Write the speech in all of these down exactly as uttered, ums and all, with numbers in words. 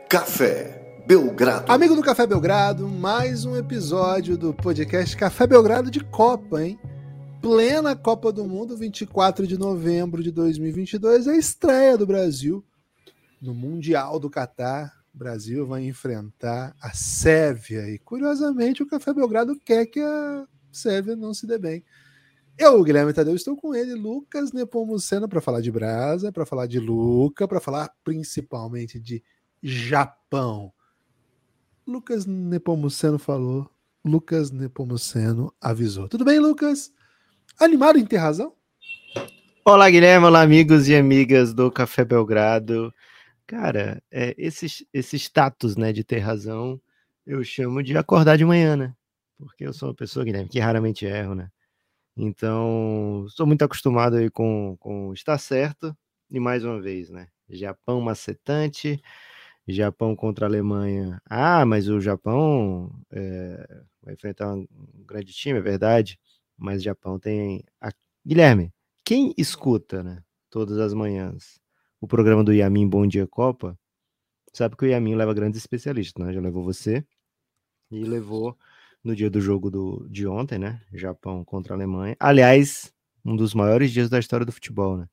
Café Belgrado. Amigo do Café Belgrado, mais um episódio do podcast Café Belgrado de Copa, hein? Plena Copa do Mundo, vinte e quatro de novembro de dois mil e vinte e dois, é a estreia do Brasil no Mundial do Catar. O Brasil vai enfrentar a Sérvia e, curiosamente, o Café Belgrado quer que a Sérvia não se dê bem. Eu, Guilherme Tadeu, estou com ele, Lucas Nepomuceno, para falar de Brasa, para falar de Luca, para falar principalmente de Japão. Lucas Nepomuceno falou, Lucas Nepomuceno avisou. Tudo bem, Lucas? Animado em ter razão? Olá, Guilherme, olá, amigos e amigas do Café Belgrado. Cara, é, esse, esse status, né, de ter razão, eu chamo de acordar de manhã, né? Porque eu sou uma pessoa, Guilherme, que raramente erro, né? Então, estou muito acostumado aí com, com estar certo. E mais uma vez, né? Japão macetante, Japão contra a Alemanha. Ah, mas o Japão é, vai enfrentar um grande time, é verdade. Mas o Japão tem... A... Guilherme, quem escuta, né, todas as manhãs o programa do Yamin Bom Dia Copa, sabe que o Yamin leva grandes especialistas, né? Já levou você e levou no dia do jogo do, de ontem, né? Japão contra a Alemanha. Aliás, um dos maiores dias da história do futebol, né?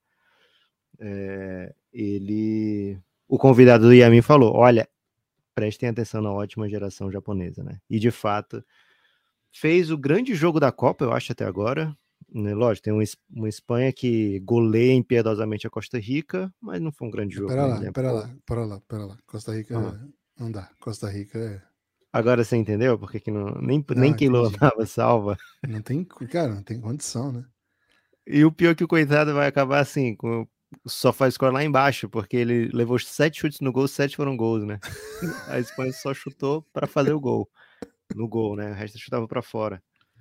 É, ele... O convidado do Yamin falou, olha, prestem atenção na ótima geração japonesa, né? E, de fato, fez o grande jogo da Copa, eu acho, até agora. Né? Lógico, tem uma, uma Espanha que goleia impiedosamente a Costa Rica, mas não foi um grande jogo. Pera lá, né? pera lá, pera lá, pera lá. Costa Rica Uhum. não dá. Costa Rica é... Agora você entendeu? Porque que não, nem, Não, nem quem entendi. louvava salva. Não tem, cara, não tem condição, né? E o pior é que o coitado vai acabar assim, com o sofá score lá embaixo, porque ele levou sete chutes no gol, sete foram gols, né? A Espanha só chutou para fazer o gol. No gol, né? O resto chutava para fora.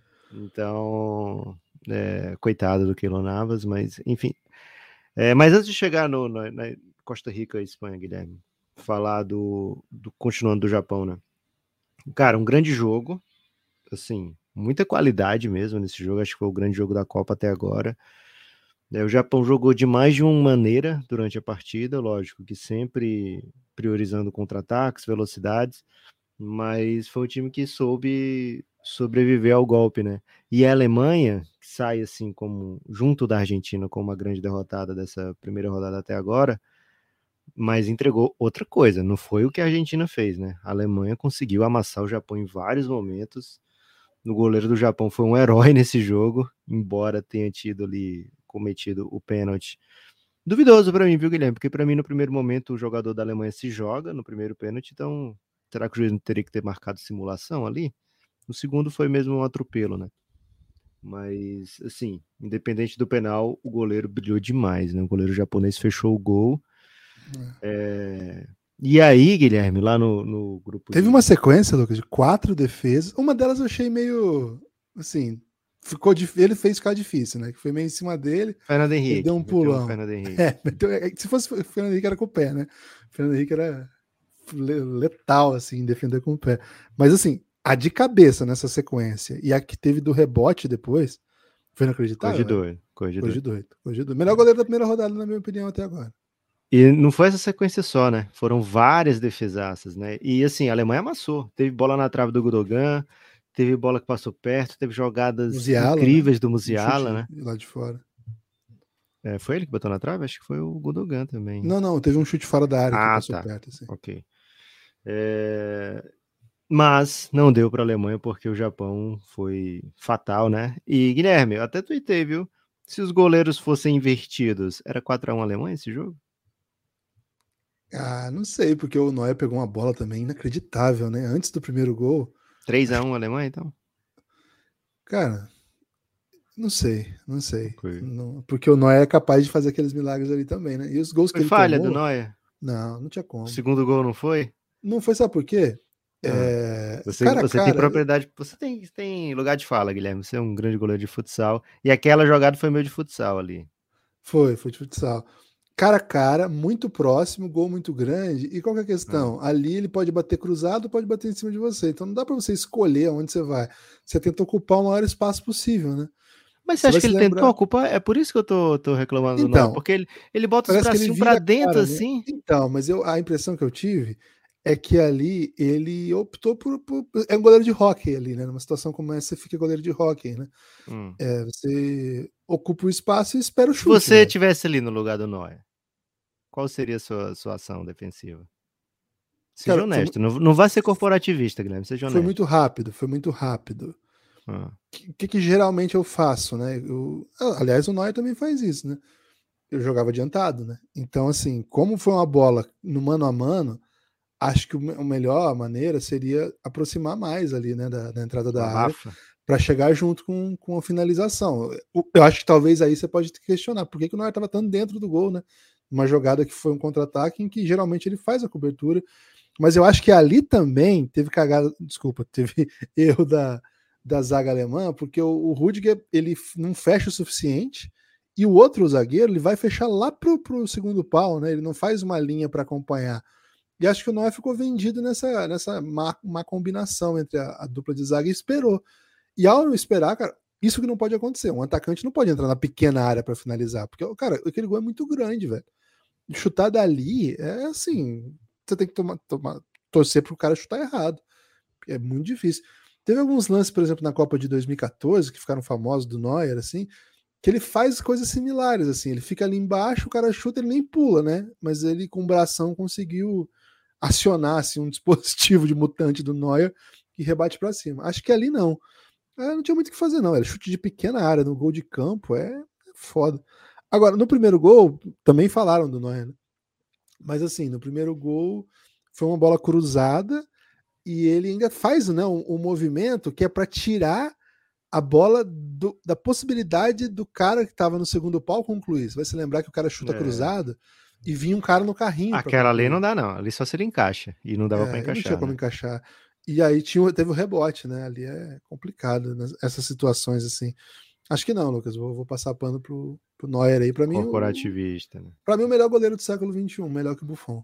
Então, é, coitado do Keylor Navas, mas enfim. É, mas antes de chegar no, na, na Costa Rica e Espanha, Guilherme, falar do, do continuando do Japão, né? Cara, um grande jogo, assim, muita qualidade mesmo nesse jogo, acho que foi o grande jogo da Copa até agora. É, o Japão jogou de mais de uma maneira durante a partida, lógico que sempre priorizando contra-ataques, velocidades, mas foi um time que soube sobreviver ao golpe, né? E a Alemanha, que sai assim como junto da Argentina como uma grande derrotada dessa primeira rodada até agora, mas entregou outra coisa, não foi o que a Argentina fez, né? A Alemanha conseguiu amassar o Japão em vários momentos. O goleiro do Japão foi um herói nesse jogo, embora tenha tido ali cometido o pênalti. Duvidoso para mim, viu, Guilherme? Porque para mim no primeiro momento o jogador da Alemanha se joga no primeiro pênalti, então será que o juiz não teria que ter marcado simulação ali? No segundo foi mesmo um atropelo, né? Mas, assim, independente do penal, o goleiro brilhou demais, né? O goleiro japonês fechou o gol. É... E aí, Guilherme, lá no, no grupo... Teve de... uma sequência, Lucas, de quatro defesas. Uma delas eu achei meio, assim, ficou dif... ele fez ficar difícil, né? Que foi meio em cima dele. Fernando Henrique. Ele deu um pulão. Fernando Henrique. É, meteu... se fosse o Fernando Henrique era com o pé, né? O Fernando Henrique era letal, assim, defender com o pé. Mas, assim, a de cabeça nessa sequência e a que teve do rebote depois, foi inacreditável. Coisa de doido. Coisa de doido. doido. Coisa de doido. Melhor goleiro da primeira rodada, na minha opinião, até agora. E não foi essa sequência só, né? Foram várias defesaças, né? E assim, a Alemanha amassou. Teve bola na trave do Gundogan, teve bola que passou perto, teve jogadas Musiala, incríveis né? do Musiala, né? Lá de fora. É, foi ele que botou na trave? Acho que foi o Gundogan também. Não, não, teve um chute fora da área ah, que passou tá. perto. Assim. Ok. É... Mas não deu para a Alemanha porque o Japão foi fatal, né? E Guilherme, eu até tuitei, viu? Se os goleiros fossem invertidos, era quatro a um Alemanha esse jogo? Ah, não sei, porque o Neuer pegou uma bola também inacreditável, né? Antes do primeiro gol. três a um Alemanha, então? Cara, não sei, não sei. Okay. Não, porque o Neuer é capaz de fazer aqueles milagres ali também, né? E os gols foi que ele falha tomou... do Neuer? Não, não tinha como. O segundo gol não foi? Não foi, sabe por quê? Ah, é... Você, cara, você cara... tem propriedade, você tem, tem lugar de fala, Guilherme. Você é um grande goleiro de futsal. E aquela jogada foi meio de futsal ali. Foi, foi de futsal. Cara a cara, muito próximo, gol muito grande. E qual que é a questão? Ah. Ali ele pode bater cruzado, pode bater em cima de você. Então não dá para você escolher aonde você vai. Você tenta ocupar o maior espaço possível, né? Mas você, você acha que ele lembrar... tentou ocupar? É por isso que eu tô, tô reclamando então, do Neuer, porque ele, ele bota os bracinhos pra dentro, cara, assim. Né? Então, mas eu, a impressão que eu tive é que ali ele optou por, por... É um goleiro de hóquei ali, né? Numa situação como essa, você fica goleiro de hóquei, né? Hum. É, você ocupa o espaço e espera o Se chute, você né? estivesse ali no lugar do Neuer, qual seria a sua, sua ação defensiva? Seja Cara, foi, honesto, não, não vá ser corporativista, Guilherme, seja foi honesto. muito rápido, foi muito rápido. Ah. O que, que geralmente eu faço, né? Eu, aliás, o Neuer também faz isso, né? Eu jogava adiantado, né? Então, assim, como foi uma bola no mano a mano, acho que a melhor maneira seria aproximar mais ali, né, da, da entrada O da área, Rafa? para chegar junto com, com a finalização. Eu, eu acho que talvez aí você pode questionar por que, que o Neuer estava tão dentro do gol, né? Uma jogada que foi um contra-ataque em que geralmente ele faz a cobertura, mas eu acho que ali também teve cagada, desculpa, teve erro da, da zaga alemã, porque o, o Rudiger ele não fecha o suficiente e o outro zagueiro ele vai fechar lá pro, pro segundo pau, né? Ele não faz uma linha para acompanhar. E acho que o Neuer ficou vendido nessa, nessa má, má combinação entre a, a dupla de zaga e esperou. E ao não esperar, cara, isso que não pode acontecer. Um atacante não pode entrar na pequena área para finalizar, porque, cara, aquele gol é muito grande, velho. Chutar dali é assim, você tem que tomar, tomar torcer pro cara chutar errado. É muito difícil. Teve alguns lances, por exemplo, na Copa de dois mil e quatorze, que ficaram famosos do Neuer, assim, que ele faz coisas similares, assim, ele fica ali embaixo, o cara chuta, ele nem pula, né? Mas ele com o bração conseguiu acionar assim, um dispositivo de mutante do Neuer que rebate para cima. Acho que ali não. É, não tinha muito o que fazer, não. Era chute de pequena área, no gol de campo, é, é foda. Agora, no primeiro gol, também falaram do Neuer, né? Mas assim, no primeiro gol foi uma bola cruzada e ele ainda faz, né, um, um movimento que é para tirar a bola do, da possibilidade do cara que estava no segundo pau concluir. Você vai se lembrar que o cara chuta É. cruzado e vinha um cara no carrinho para Aquela ali concluir. não dá, não. Ali só se ele encaixa. E não dava pra É, e não tinha encaixar, como né? encaixar. E aí tinha, teve o rebote, né? Ali é complicado, né? Essas situações assim. Acho que não, Lucas. Vou, vou passar pano pro, pro Neuer aí. Para mim, o, Corporativista, né? para mim, o melhor goleiro do século vinte e um, melhor que o Buffon.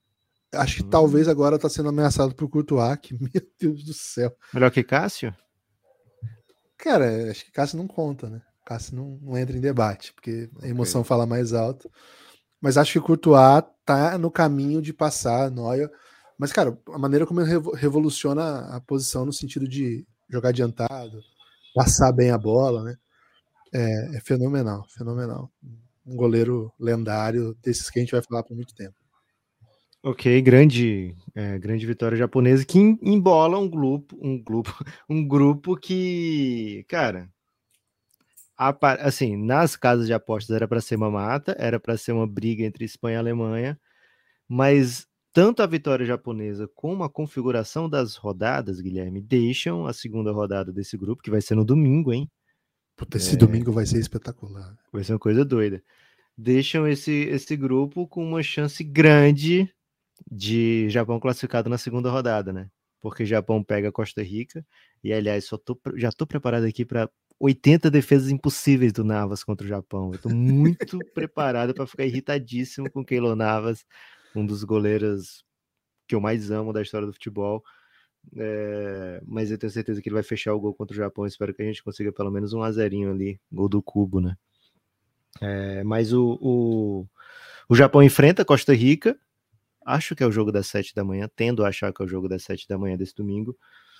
Acho que talvez Hum. agora tá sendo ameaçado por Courtois, que, meu Deus do céu. Melhor que Cássio? Cara, acho que Cássio não conta, né? Cássio não, não entra em debate, porque a emoção Ok. fala mais alto. Mas acho que Courtois tá no caminho de passar Neuer. Mas, cara, a maneira como ele revoluciona a posição no sentido de jogar adiantado, passar bem a bola, né? É, é fenomenal, fenomenal. Um goleiro lendário desses que a gente vai falar por muito tempo. Ok, grande, é, grande vitória japonesa que em- embola um grupo, um grupo, um grupo que, cara, apa- assim, nas casas de apostas era para ser uma mata, era para ser uma briga entre Espanha e Alemanha, mas tanto a vitória japonesa como a configuração das rodadas, Guilherme, deixam a segunda rodada desse grupo, que vai ser no domingo, hein? Puta, esse domingo vai ser espetacular. Vai ser uma coisa doida. Deixam esse, esse grupo com uma chance grande de Japão classificado na segunda rodada, né? Porque Japão pega Costa Rica e, aliás, só tô, já tô preparado aqui para oitenta defesas impossíveis do Navas contra o Japão. Eu tô muito preparado para ficar irritadíssimo com Keylor Navas, um dos goleiros que eu mais amo da história do futebol. É, mas eu tenho certeza que ele vai fechar o gol contra o Japão. Espero que a gente consiga pelo menos um a zerinho ali, gol do Cubo, né? É, mas o, o, o Japão enfrenta Costa Rica. Acho que é o jogo das sete da manhã, tendo a achar que é o jogo das sete da manhã desse domingo.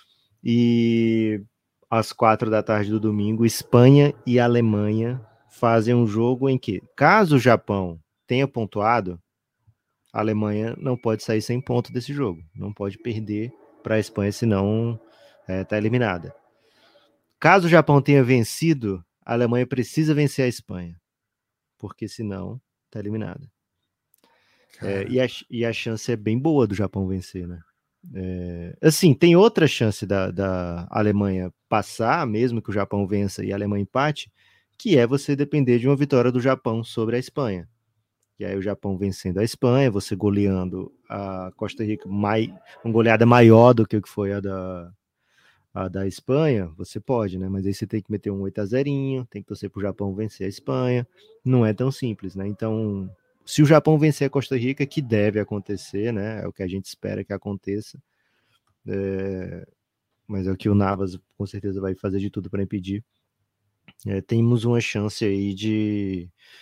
E às quatro da tarde do domingo, Espanha e Alemanha fazem um jogo em que, caso o Japão tenha pontuado, a Alemanha não pode sair sem ponto desse jogo. Não pode perder para a Espanha, senão está é, eliminada. Caso o Japão tenha vencido, a Alemanha precisa vencer a Espanha, porque senão está eliminada. É, e, a, e a chance é bem boa do Japão vencer, né? É, assim, tem outra chance da, da Alemanha passar, mesmo que o Japão vença e a Alemanha empate, que é você depender de uma vitória do Japão sobre a Espanha. E aí o Japão vencendo a Espanha, você goleando a Costa Rica, mai, uma goleada maior do que o que foi a da, a da Espanha, você pode, né? Mas aí você tem que meter um oito a zero, tem que torcer pro Japão vencer a Espanha. Não é tão simples, né? Então, se o Japão vencer a Costa Rica, que deve acontecer, né? É o que a gente espera que aconteça. É, mas é o que o Navas com certeza vai fazer de tudo para impedir. É, temos uma chance aí de,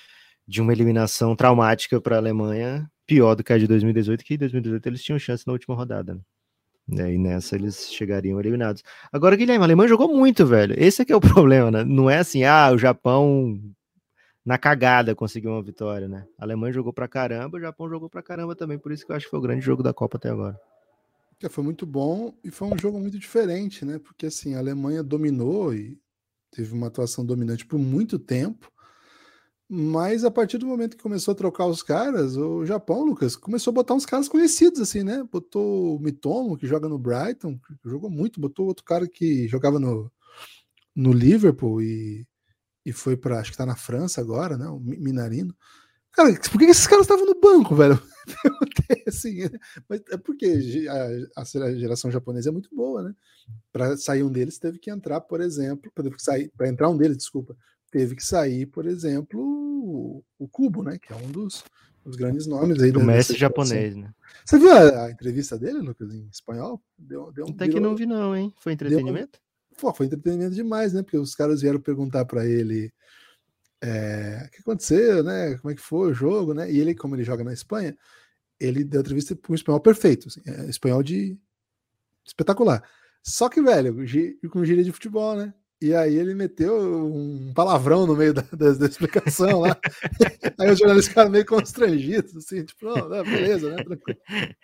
de uma eliminação traumática para a Alemanha, pior do que a de dois mil e dezoito, que em dois mil e dezoito eles tinham chance na última rodada, né? E aí nessa eles chegariam eliminados. Agora, Guilherme, a Alemanha jogou muito, velho. Esse é que é o problema, né? Não é assim, ah, o Japão na cagada conseguiu uma vitória, né? A Alemanha jogou pra caramba, o Japão jogou pra caramba também, por isso que eu acho que foi o grande jogo da Copa até agora. É, foi muito bom e foi um jogo muito diferente, né? Porque assim, a Alemanha dominou e teve uma atuação dominante por muito tempo, mas a partir do momento que começou a trocar os caras, o Japão, Lucas, começou a botar uns caras conhecidos, assim, né? Botou o Mitoma, que joga no Brighton, que jogou muito, botou outro cara que jogava no, no Liverpool e, e foi para, acho que tá na França agora, né? O Minarino. Cara, por que esses caras estavam no banco, velho? Assim, mas é porque a, a geração japonesa é muito boa, né? Para sair um deles teve que entrar, por exemplo, para sair, para entrar um deles, desculpa, teve que sair, por exemplo, o, o Kubo, né? Que é um dos, dos grandes nomes aí o da Messi japonês, né? Você viu a, a entrevista dele, Lucas, em espanhol? Deu, deu, Até virou, que não vi não, hein? Foi entretenimento? Deu, foi entretenimento demais, né? Porque os caras vieram perguntar para ele é, o que aconteceu, né? Como é que foi o jogo, né? E ele, como ele joga na Espanha, ele deu entrevista com um espanhol perfeito, assim, é, espanhol de espetacular. Só que, velho, com gíria de futebol, né? E aí ele meteu um palavrão no meio da, da, da explicação lá. Aí os jornalistas ficaram meio constrangidos, assim, tipo, não, não, beleza, né? Tranquilo.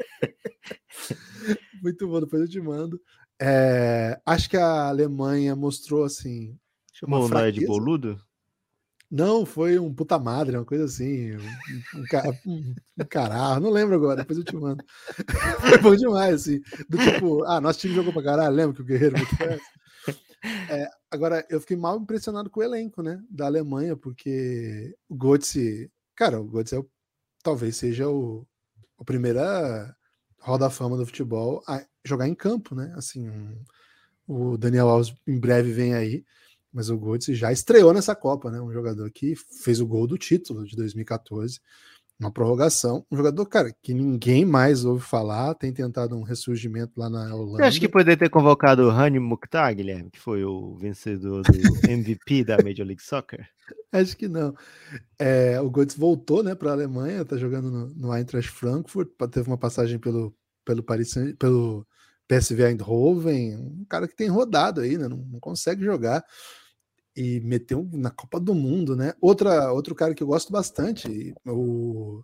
Muito bom, depois eu te mando. É, acho que a Alemanha mostrou, assim, chamou o Noé de boludo? Não, foi um puta madre, uma coisa assim, um, um, um, um caralho, não lembro agora, depois eu te mando. Foi bom demais, assim, do tipo, ah, nosso time jogou pra caralho, lembra que o Guerreiro meteu essa? É, agora, eu fiquei mal impressionado com o elenco, né, da Alemanha, porque o Götze, cara, o Götze é o, talvez seja o, o primeira roda fama do futebol a jogar em campo, né, assim, um, o Daniel Alves em breve vem aí, mas o Götze já estreou nessa Copa, né? Um jogador que fez o gol do título de dois mil e catorze, uma prorrogação. Um jogador, cara, que ninguém mais ouve falar, tem tentado um ressurgimento lá na Holanda. Você acha que poderia ter convocado o Hani Mukhtar, Guilherme, que foi o vencedor do M V P da Major League Soccer? Acho que não. É, o Götze voltou, né, para a Alemanha, tá jogando no, no Eintracht Frankfurt, teve uma passagem pelo, pelo, Paris, pelo P S V Eindhoven, um cara que tem rodado aí, né? Não, não consegue jogar. E meteu na Copa do Mundo, né? Outra, outro cara que eu gosto bastante, o,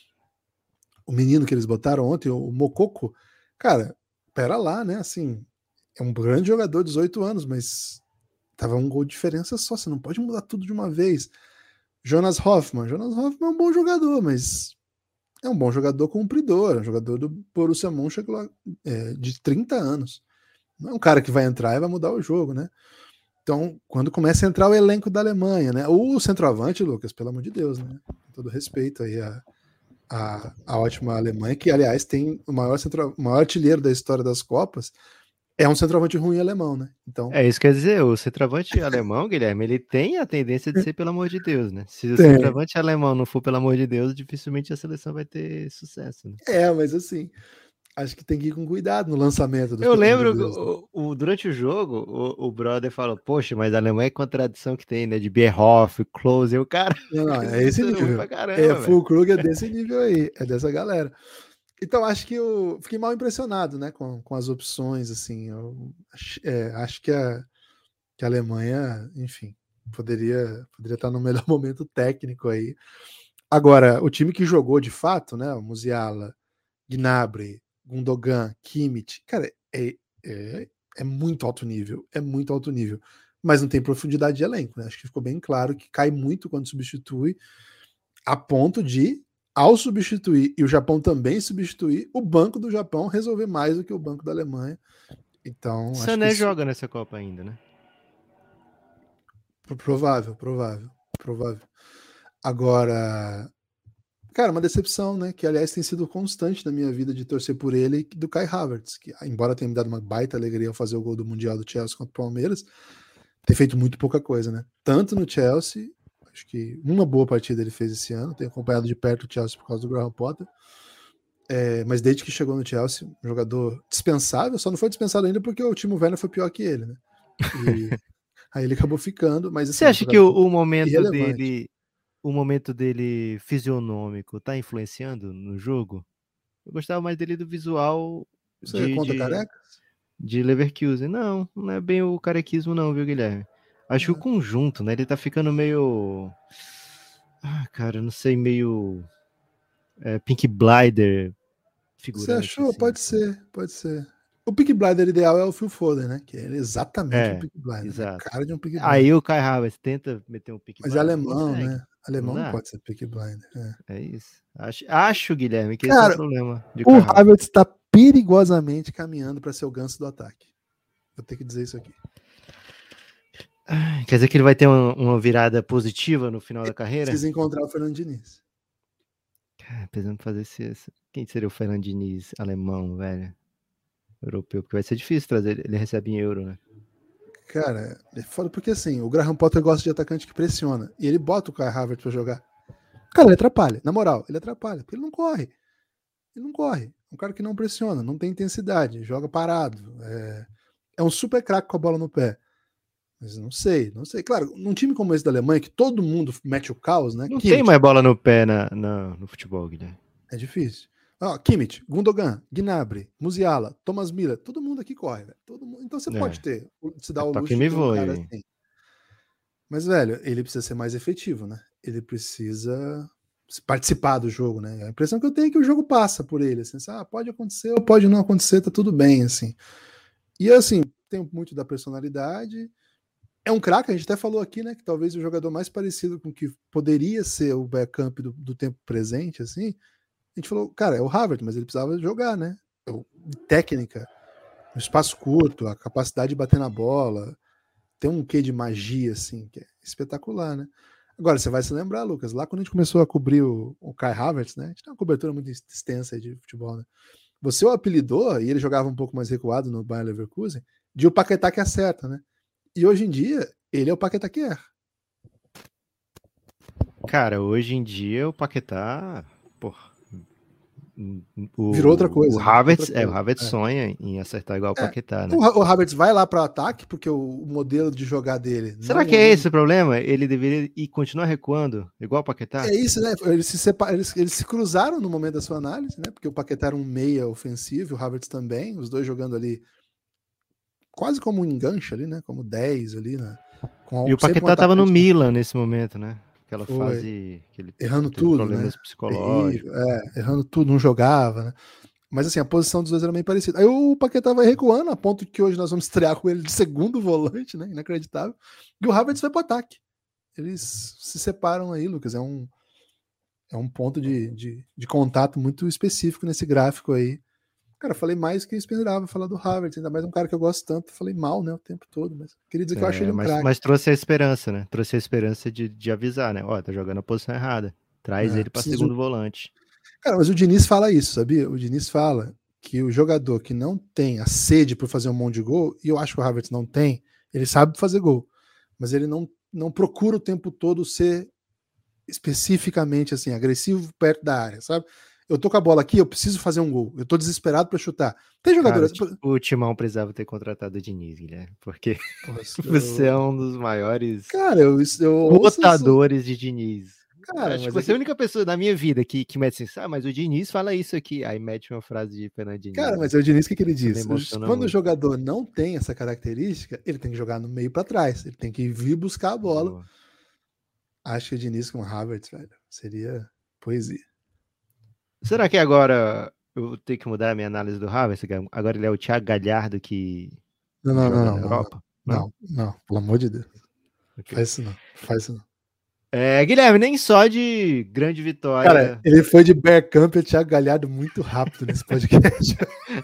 o menino que eles botaram ontem, o Mococo, cara, pera lá, né? Assim, é um grande jogador, dezoito anos, mas tava um gol de diferença só, você não pode mudar tudo de uma vez. Jonas Hoffmann, Jonas Hoffmann é um bom jogador, mas é um bom jogador cumpridor, é um jogador do Borussia Mönchengladbach é, de trinta anos. Não é um cara que vai entrar e vai mudar o jogo, né? Então, quando começa a entrar o elenco da Alemanha, né? O centroavante, Lucas, pelo amor de Deus, né? Com todo respeito aí a, a, a ótima Alemanha, que, aliás, tem o maior, centro, o maior artilheiro da história das Copas, é um centroavante ruim alemão, né? Então... É isso que quer dizer, o centroavante alemão, Guilherme, ele tem a tendência de ser pelo amor de Deus, né? Se o tem. centroavante alemão não for pelo amor de Deus, dificilmente a seleção vai ter sucesso, né? É, mas assim... Acho que tem que ir com cuidado no lançamento. Eu lembro, Deus, o, né? o, durante o jogo, o, o brother falou, poxa, mas a Alemanha é contradição que tem, né? De Bierhoff, Klose, o cara... Não, não, é esse nível. Caramba, é, Füllkrug é desse nível aí, é dessa galera. Então, acho que eu fiquei mal impressionado, né? Com, com as opções, assim. Eu é, acho que a, que a Alemanha, enfim, poderia, poderia estar no melhor momento técnico aí. Agora, o time que jogou de fato, né? O Musiala, Gnabry, Gundogan, Kimmich, cara, é, é, é muito alto nível, é muito alto nível, mas não tem profundidade de elenco, né? Acho que ficou bem claro que cai muito quando substitui, a ponto de, ao substituir, e o Japão também substituir, o banco do Japão resolver mais do que o banco da Alemanha. Então, Sané acho que joga nessa Copa ainda, né? Provável, provável, provável. Agora... Cara, uma decepção, né? Que, aliás, tem sido constante na minha vida de torcer por ele e do Kai Havertz, que, embora tenha me dado uma baita alegria ao fazer o gol do Mundial do Chelsea contra o Palmeiras, tem feito muito pouca coisa, né? Tanto no Chelsea, acho que uma boa partida ele fez esse ano, tenho acompanhado de perto o Chelsea por causa do Graham Potter, é, mas desde que chegou no Chelsea, um jogador dispensável, só não foi dispensado ainda porque o Timo Werner foi pior que ele, né? E aí ele acabou ficando, mas assim, você acha um que o, o momento irrelevante. dele o momento dele fisionômico tá influenciando no jogo? Eu gostava mais dele do visual Você de, conta de, carecas? de Leverkusen. Não, não é bem o carequismo não, viu, Guilherme? Acho que o É. conjunto, né? Ele tá ficando meio... Ah, cara, não sei, meio... É, Pink Blider Você figurante, achou? assim. Pode ser, pode ser. O Peaky Blinder ideal é o Phil Foden, né? Que ele é exatamente um É, Peaky Blinder, né? exato. Cara de um Peaky Blinder. Aí o Kai Havertz tenta meter um Pink Mas é Blinder, não alemão, consegue. né? Não Alemão não dá? pode ser Peaky Blinder. É. É isso. Acho, acho, Guilherme, que esse é o Cara, problema de o Kai Havertz. Havertz está perigosamente caminhando para ser o ganso do ataque. Vou ter que dizer isso aqui. Quer dizer que ele vai ter uma, uma virada positiva no final da carreira? Precisa encontrar o Fernando Diniz. Cara, precisamos fazer esse, esse... Quem seria o Fernando Diniz alemão, velho? Europeu, porque vai ser difícil trazer. Ele recebe em euro, né? Cara, é foda porque assim, o Graham Potter gosta de atacante que pressiona. E ele bota o Kai Havertz pra jogar. Cara, ele atrapalha. Na moral, ele atrapalha. Porque ele não corre. Ele não corre. É um cara que não pressiona, não tem intensidade, joga parado. É, é um super craque com a bola no pé. Mas não sei, não sei. Claro, num time como esse da Alemanha, que todo mundo mete o caos, né? Não Kimmich, tem mais bola no pé na, na, no futebol, Guilherme. é difícil. Ó, Kimmich, Gundogan, Gnabry, Musiala, Thomas Müller, todo mundo aqui corre, velho. Todo mundo... Então você É. pode ter, se dá É o toque luxo de me ter um cara voe. assim. Mas, velho, ele precisa ser mais efetivo, né? Ele precisa participar do jogo, né? A impressão que eu tenho é que o jogo passa por ele, assim, ah, pode acontecer ou pode não acontecer, tá tudo bem, assim. E, assim, tem muito da personalidade. É um craque, a gente até falou aqui, né, que talvez o jogador mais parecido com o que poderia ser o backup do, do tempo presente, assim, a gente falou, cara, é o Havertz, mas ele precisava jogar, né? Técnica, um espaço curto, a capacidade de bater na bola, tem um quê de magia, assim, que é espetacular, né? Agora, você vai se lembrar, Lucas, lá quando a gente começou a cobrir o, o Kai Havertz, né? A gente tem uma cobertura muito extensa aí de futebol, né? Você o apelidou, e ele jogava um pouco mais recuado no Bayer Leverkusen, de o Paquetá que acerta, né? E hoje em dia, ele é o Paquetá que erra. Cara, hoje em dia o Paquetá, porra, o, Virou outra coisa, o né? Havertz, Outra é, o coisa. Havertz É. sonha em acertar igual o É. Paquetá, né? O, o Havertz vai lá para o ataque, porque o, o modelo de jogar dele... Será não, que é não... esse o problema? Ele deveria ir continuar recuando, igual o Paquetá? É isso, né? Eles se, separ... eles, eles se cruzaram no momento da sua análise, né? Porque o Paquetá era um meia ofensivo, o Havertz também, os dois jogando ali quase como um enganche ali, né? Como dez ali, né? Com E o sempre um Paquetá tava no atacante Milan nesse momento, né? Aquela foi fase que ele errando teve tudo, né? problemas psicológicos. Terrível, é, errando tudo, não jogava, né? Mas assim, a posição dos dois era meio parecida. Aí o Paquetá vai recuando, a ponto que hoje nós vamos estrear com ele de segundo volante, né? Inacreditável. E o Havertz vai pro ataque. Eles se separam aí, Lucas. É um, é um ponto de, de, de contato muito específico nesse gráfico aí. Cara, falei mais que eu esperava falar do Havertz, ainda mais um cara que eu gosto tanto. Falei mal, né, o tempo todo, mas queria dizer que eu achei É, ele um mas, craque. mas trouxe a esperança, né? Trouxe a esperança de, de avisar, né? Ó, tá jogando a posição errada. Traz É, ele pra preciso... segundo volante. Cara, mas o Diniz fala isso, sabia? O Diniz fala que o jogador que não tem a sede por fazer um monte de gol, e eu acho que o Havertz não tem, ele sabe fazer gol, mas ele não, não procura o tempo todo ser especificamente assim, agressivo perto da área, sabe? Eu tô com a bola aqui, eu preciso fazer um gol, eu tô desesperado para chutar. Tem jogadores... Cara, tipo, o Timão precisava ter contratado o Diniz, Guilherme, porque Nossa, você eu... é um dos maiores Cara, eu, eu ouço isso. votadores de Diniz. Cara, Acho que mas é você é a que... única pessoa na minha vida que, que mete assim, ah, mas o Diniz fala isso aqui. Aí mete uma frase de Fernando Diniz. Cara, mas é o Diniz, o que, que ele Isso me diz? emociona Quando muito. o jogador não tem essa característica, ele tem que jogar no meio para trás. Ele tem que vir buscar a bola. Boa. Acho que o Diniz com o Havertz, velho, seria poesia. Será que agora eu vou ter que mudar a minha análise do Havertz? Agora ele é o Thiago Galhardo que Não, não, joga não, na não, Europa? não, não, não, pelo amor de Deus. Okay. Faz isso não, faz isso não. É, Guilherme, nem só de grande vitória. Cara, ele foi de Bergkamp e Thiago Galhardo muito rápido nesse podcast.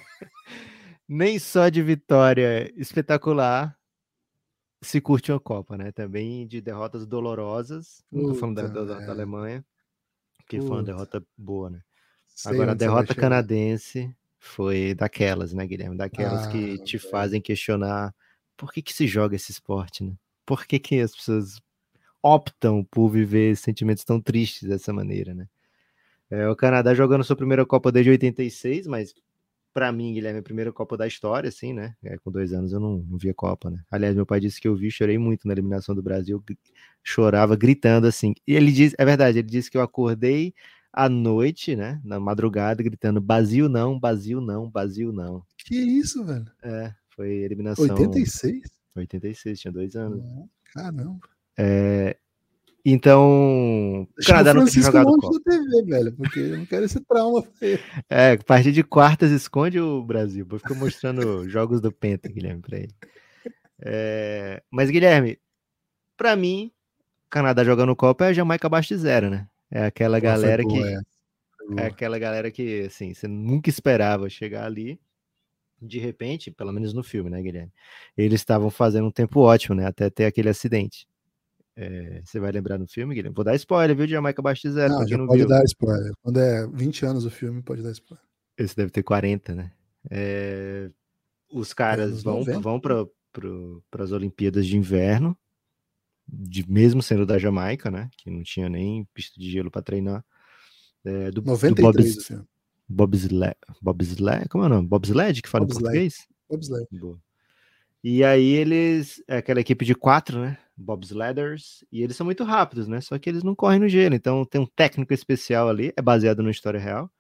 Nem só de vitória espetacular se curte uma Copa, né? Também de derrotas dolorosas. Não tô falando da, da, da Alemanha, que Puta. Foi uma derrota boa, né? Sei Agora, a derrota canadense foi daquelas, né, Guilherme? Daquelas ah, que te velho. fazem questionar por que que se joga esse esporte, né? Por que que as pessoas optam por viver sentimentos tão tristes dessa maneira, né? É, o Canadá jogando sua primeira Copa desde oitenta e seis, mas pra mim, Guilherme, a primeira Copa da história, assim, né? É, com dois anos eu não, não via Copa, né? Aliás, meu pai disse que eu vi, chorei muito na eliminação do Brasil, chorava gritando, assim. E ele disse, é verdade, ele disse que eu acordei à noite, né? Na madrugada, gritando, Brasil não, Brasil não, Brasil não. Que isso, velho? É, foi eliminação... oitenta e seis? oitenta e seis, tinha dois anos. Caramba. É... Então, o Canadá não tinha jogado Copa. Da T V, velho, porque eu não quero esse trauma. É, a partir de quartas esconde o Brasil. Fica mostrando jogos do Penta, Guilherme, pra ele. É, mas, Guilherme, pra mim, Canadá jogando Copa é a Jamaica abaixo de zero, né? É aquela Pô, galera que... É. é aquela galera que, assim, você nunca esperava chegar ali. De repente, pelo menos no filme, né, Guilherme? Eles estavam fazendo um tempo ótimo, né? Até ter aquele acidente. É, você vai lembrar no filme, Guilherme? Vou dar spoiler, viu? De Jamaica abaixo de zero, não, pra quem já não pode viu. dar spoiler. Quando é vinte anos o filme, pode dar spoiler. Esse deve ter quarenta, né? É, os caras é, vão, vão para as Olimpíadas de Inverno, de, mesmo sendo da Jamaica, né? Que não tinha nem pista de gelo para treinar. É, do, noventa e três do filme. Bobsled, Bobsled, como é o nome? Bobsled, que fala Bobsled. Em português? Bobsled. Boa. E aí eles, é aquela equipe de quatro, né? Bobsledders, e eles são muito rápidos, né? Só que eles não correm no gelo, então tem um técnico especial ali, é baseado numa história real.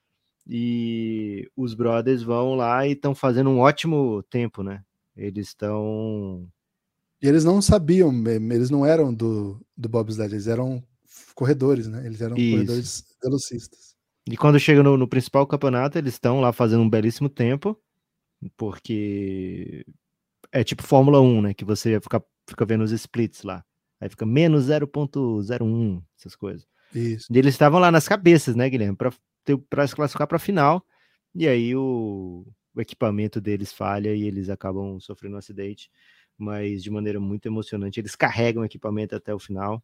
E os brothers vão lá e estão fazendo um ótimo tempo, né? Eles estão... E eles não sabiam, eles não eram do, do bobsled, eles eram corredores, né? Eles eram Isso. corredores velocistas. E quando chega no, no principal campeonato, eles estão lá fazendo um belíssimo tempo, porque é tipo Fórmula um, né? Que você fica, fica vendo os splits lá. Aí fica menos zero ponto zero um, essas coisas. Isso. E eles estavam lá nas cabeças, né, Guilherme? Pra para se classificar para a final, e aí o, o equipamento deles falha e eles acabam sofrendo um acidente, mas de maneira muito emocionante. Eles carregam o equipamento até o final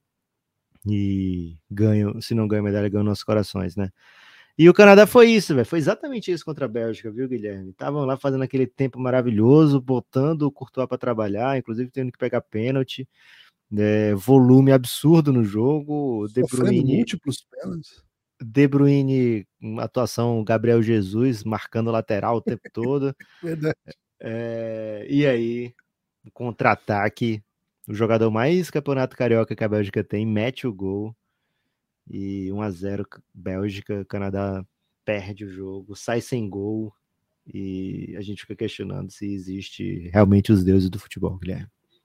e ganham, se não ganham medalha, ganham nossos corações, né? E o Canadá foi isso, velho. Foi exatamente isso contra a Bélgica, viu, Guilherme? Estavam lá fazendo aquele tempo maravilhoso, botando o Courtois para trabalhar, inclusive tendo que pegar pênalti, né, volume absurdo no jogo, De Bruyne... múltiplos pênaltis. De Bruyne, uma atuação Gabriel Jesus, marcando lateral o tempo todo. Verdade. É, e aí, um contra-ataque, o jogador mais campeonato carioca que a Bélgica tem, mete o gol. E um a zero Bélgica, Canadá perde o jogo, sai sem gol. E a gente fica questionando se existe realmente os deuses do futebol, Guilherme.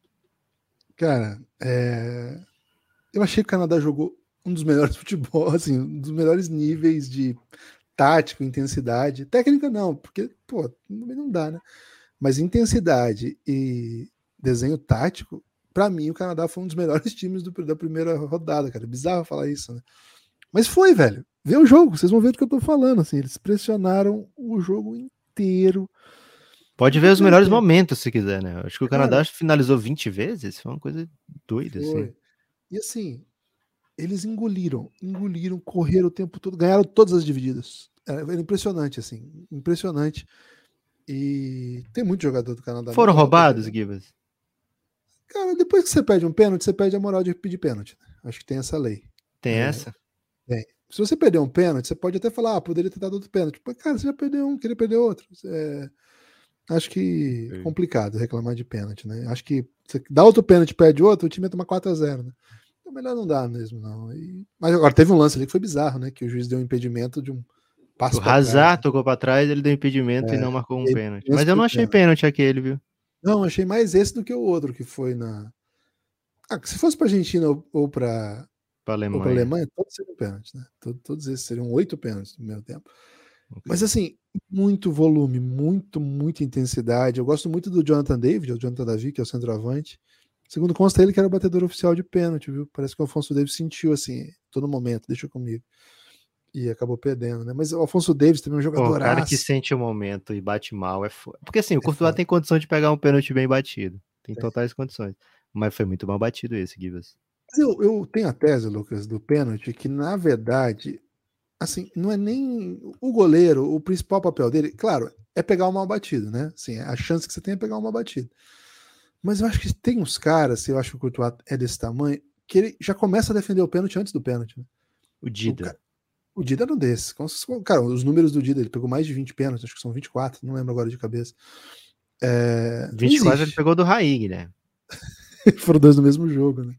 Cara, é... eu achei que o Canadá jogou um dos melhores futebol, assim, um dos melhores níveis de tático, intensidade. Técnica não, porque, pô, não dá, né? Mas intensidade e desenho tático, pra mim, o Canadá foi um dos melhores times do, da primeira rodada, cara. É bizarro falar isso, né? Mas foi, velho. Vê o jogo, vocês vão ver do que eu tô falando, assim. Eles pressionaram o jogo inteiro. Pode ver os melhores momentos, se quiser, né? Acho que o Canadá cara, finalizou vinte vezes, foi uma coisa doida, foi. Assim. E assim, eles engoliram, engoliram, correram o tempo todo, ganharam todas as divididas. Era impressionante, assim, impressionante. E tem muito jogador do Canadá. Foram roubados, Gibas? Cara, depois que você perde um pênalti, você perde a moral de pedir pênalti. Acho que tem essa lei. Tem é, essa? Tem. Se você perder um pênalti, você pode até falar, ah, poderia ter dado outro pênalti. Mas, cara, você já perdeu um, queria perder outro. É, acho que é complicado reclamar de pênalti, né? Acho que você dá outro pênalti e perde outro, o time ia tomar quatro a zero, né? Então melhor não dar mesmo, não. E... Mas agora teve um lance ali que foi bizarro, né? Que o juiz deu um impedimento de um passo o Hazard trás, né? tocou pra trás, ele deu impedimento é, e não marcou um pênalti. Mas eu não achei pênalti. pênalti aquele, viu? Não, achei mais esse do que o outro que foi na... Ah, se fosse pra Argentina ou, ou pra... Pra Alemanha. Ou pra Alemanha, todos seriam pênaltis, né? Todos, todos esses seriam oito pênaltis no primeiro tempo. Okay. Mas assim, muito volume, muito, muita intensidade. Eu gosto muito do Jonathan David, o Jonathan Davi, que é o centroavante. Segundo consta, ele que era o batedor oficial de pênalti, viu? Parece que o Alfonso Davis sentiu assim, todo momento, deixa comigo. E acabou perdendo, né? Mas o Alfonso Davis também é um jogador. O cara que sente o momento e bate mal é foda. Porque assim, o Courtois é tem condição de pegar um pênalti bem batido. Tem é. totais condições. Mas foi muito mal batido esse, Gibas. Eu, eu tenho a tese, Lucas, do pênalti, que na verdade, assim, não é nem o goleiro, o principal papel dele, claro, é pegar o mal batido, né? Assim, a chance que você tem é pegar o mal batido. Mas eu acho que tem uns caras, eu acho que o Courtois é desse tamanho, que ele já começa a defender o pênalti antes do pênalti. Né? O Dida. O Dida era um desses. Cara, os números do Dida, ele pegou mais de vinte pênaltis, acho que são vinte e quatro, não lembro agora de cabeça. É, vinte e quatro ele pegou do Raí, né? Foram dois no mesmo jogo, né?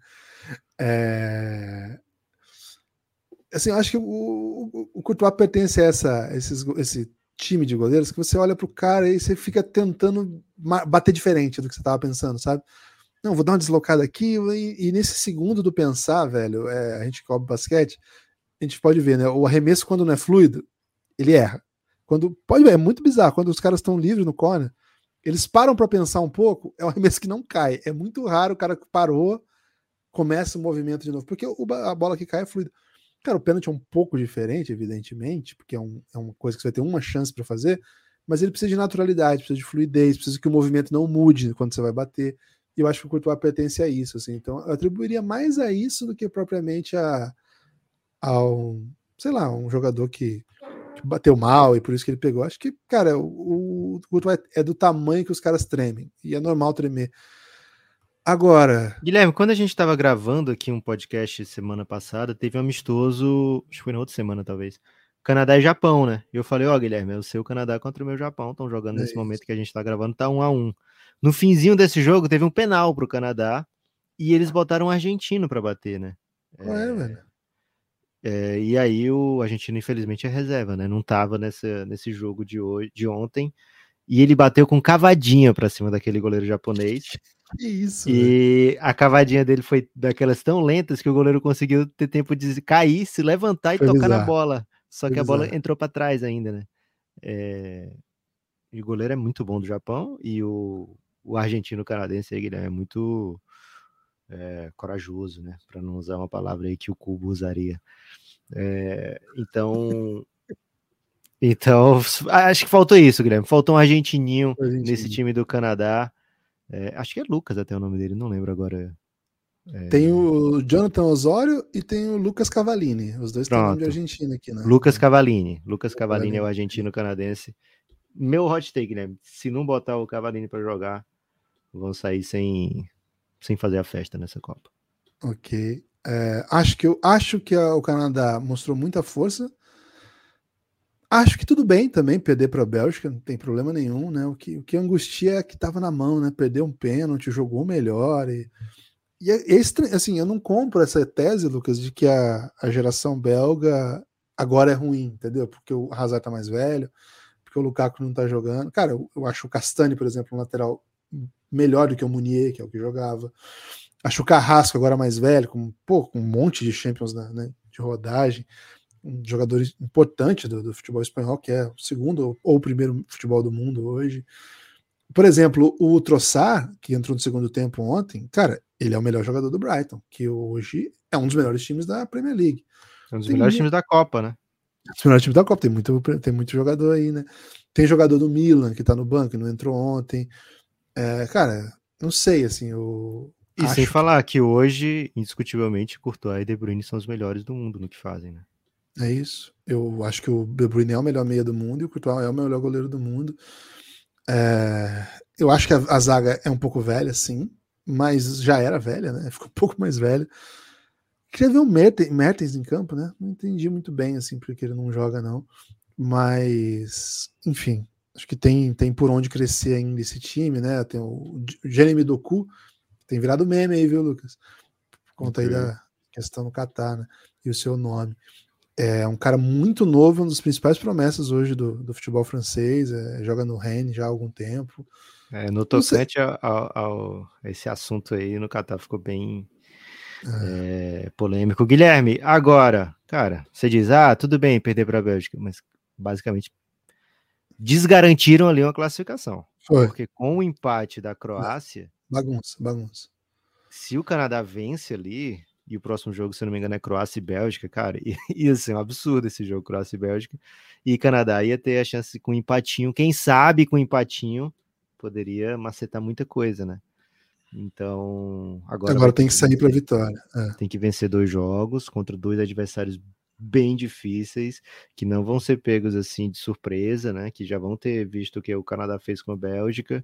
É... Assim, eu acho que o, o, o Courtois pertence a essa, esses, esse time de goleiros que você olha pro cara e você fica tentando bater diferente do que você tava pensando, sabe? Não, vou dar uma deslocada aqui e, e nesse segundo do pensar, velho, é, a gente cobre basquete, a gente pode ver, né? O arremesso, quando não é fluido, ele erra. Quando, pode ver, é muito bizarro. Quando os caras estão livres no corner, eles param para pensar um pouco, é um arremesso que não cai. É muito raro o cara que parou, começa o movimento de novo, porque o, a bola que cai é fluida. Cara, o pênalti é um pouco diferente, evidentemente, porque é, um, é uma coisa que você vai ter uma chance para fazer, mas ele precisa de naturalidade, precisa de fluidez, precisa que o movimento não mude quando você vai bater. E eu acho que o Courtois pertence a isso. Assim. Então, eu atribuiria mais a isso do que propriamente a, ao, sei lá, um jogador que, que bateu mal e por isso que ele pegou. Acho que, cara, o, o Courtois é do tamanho que os caras tremem. E é normal tremer. Agora... Guilherme, quando a gente estava gravando aqui um podcast semana passada, teve um amistoso, acho que foi na outra semana talvez, Canadá e Japão, né? E eu falei, ó, oh, Guilherme, é o seu Canadá contra o meu Japão, estão jogando é nesse isso. momento que a gente tá gravando, tá um a um. No finzinho desse jogo, teve um penal pro Canadá e eles botaram um argentino para bater, né? Qual é, é, velho? É, e aí o argentino, infelizmente, é reserva, né? Não tava nessa, nesse jogo de, hoje, de ontem. E ele bateu com cavadinha pra cima daquele goleiro japonês. Que isso, e velho. A cavadinha dele foi daquelas tão lentas que o goleiro conseguiu ter tempo de cair, se levantar e foi tocar bizarro. na bola. Só foi que a bizarro. bola entrou para trás ainda, né? É... E o goleiro é muito bom do Japão e o, o argentino canadense aí, Guilherme, é muito é, corajoso, né? Para não usar uma palavra aí que o Cubo usaria. É... Então... Então, acho que faltou isso, Guilherme. Faltou um argentininho, argentininho. nesse time do Canadá. É, acho que é Lucas até o nome dele, não lembro agora. É... Tem o Jonathan Osório e tem o Lucas Cavallini. Os dois têm nome de Argentina aqui, né? Lucas Cavallini. Lucas Cavallini é o argentino canadense. Meu hot take, né? Se não botar o Cavallini para jogar, vão sair sem, sem fazer a festa nessa Copa. Ok. É, acho que, eu, acho que a, o Canadá mostrou muita força. Acho que tudo bem também perder para a Bélgica, não tem problema nenhum, né? O que, o que angustia é que estava na mão, né? Perdeu um pênalti, jogou melhor. E, e é, é assim, eu não compro essa tese, Lucas, de que a, a geração belga agora é ruim, entendeu? Porque o Hazard tá mais velho, porque o Lukaku não tá jogando. Cara, eu, eu acho o Castani, por exemplo, um lateral melhor do que o Meunier, que é o que jogava. Acho o Carrasco agora mais velho, com, pô, com um monte de Champions, né, de rodagem. Um jogador importante do, do futebol espanhol, que é o segundo ou o primeiro futebol do mundo hoje. Por exemplo, o Trossard, que entrou no segundo tempo ontem, cara, ele é o melhor jogador do Brighton, que hoje é um dos melhores times da Premier League. É um dos tem melhores muito... times da Copa, né? Um dos melhores times da Copa, tem muito, tem muito jogador aí, né? Tem jogador do Milan, que tá no banco, que não entrou ontem. É, cara, não sei, assim, o... E Acho sem falar que... que hoje, indiscutivelmente, Courtois e De Bruyne são os melhores do mundo no que fazem, né? É isso. Eu acho que o De Bruyne é o melhor meia do mundo e o Courtois é o melhor goleiro do mundo. É... Eu acho que a, a zaga é um pouco velha, sim, mas já era velha, né? Ficou um pouco mais velha. Queria ver o Mertens, Mertens em campo, né? Não entendi muito bem, assim, porque ele não joga, não. Mas, enfim, acho que tem, tem por onde crescer ainda esse time, né? Tem o Jeremy Doku, tem virado meme aí, viu, Lucas? Por conta aí da questão do Catar, né? E o seu nome. É um cara muito novo, uma das principais promessas hoje do, do futebol francês, é, joga no Rennes já há algum tempo. É, no tocante ao, ao, a esse assunto aí, no Catar ficou bem é. É, polêmico. Guilherme, agora, cara, você diz, ah, tudo bem perder para a Bélgica, mas basicamente desgarantiram ali uma classificação. Foi. Porque com o empate da Croácia... Bagunça, bagunça. Se o Canadá vence ali... E o próximo jogo, se não me engano, é Croácia e Bélgica, cara, ia ser um absurdo esse jogo, Croácia e Bélgica. E Canadá ia ter a chance com um empatinho, quem sabe com um empatinho poderia macetar muita coisa, né? Então, agora, agora tem que sair para a vitória. É. Tem que vencer dois jogos contra dois adversários bem difíceis, que não vão ser pegos assim de surpresa, né? Que já vão ter visto o que o Canadá fez com a Bélgica.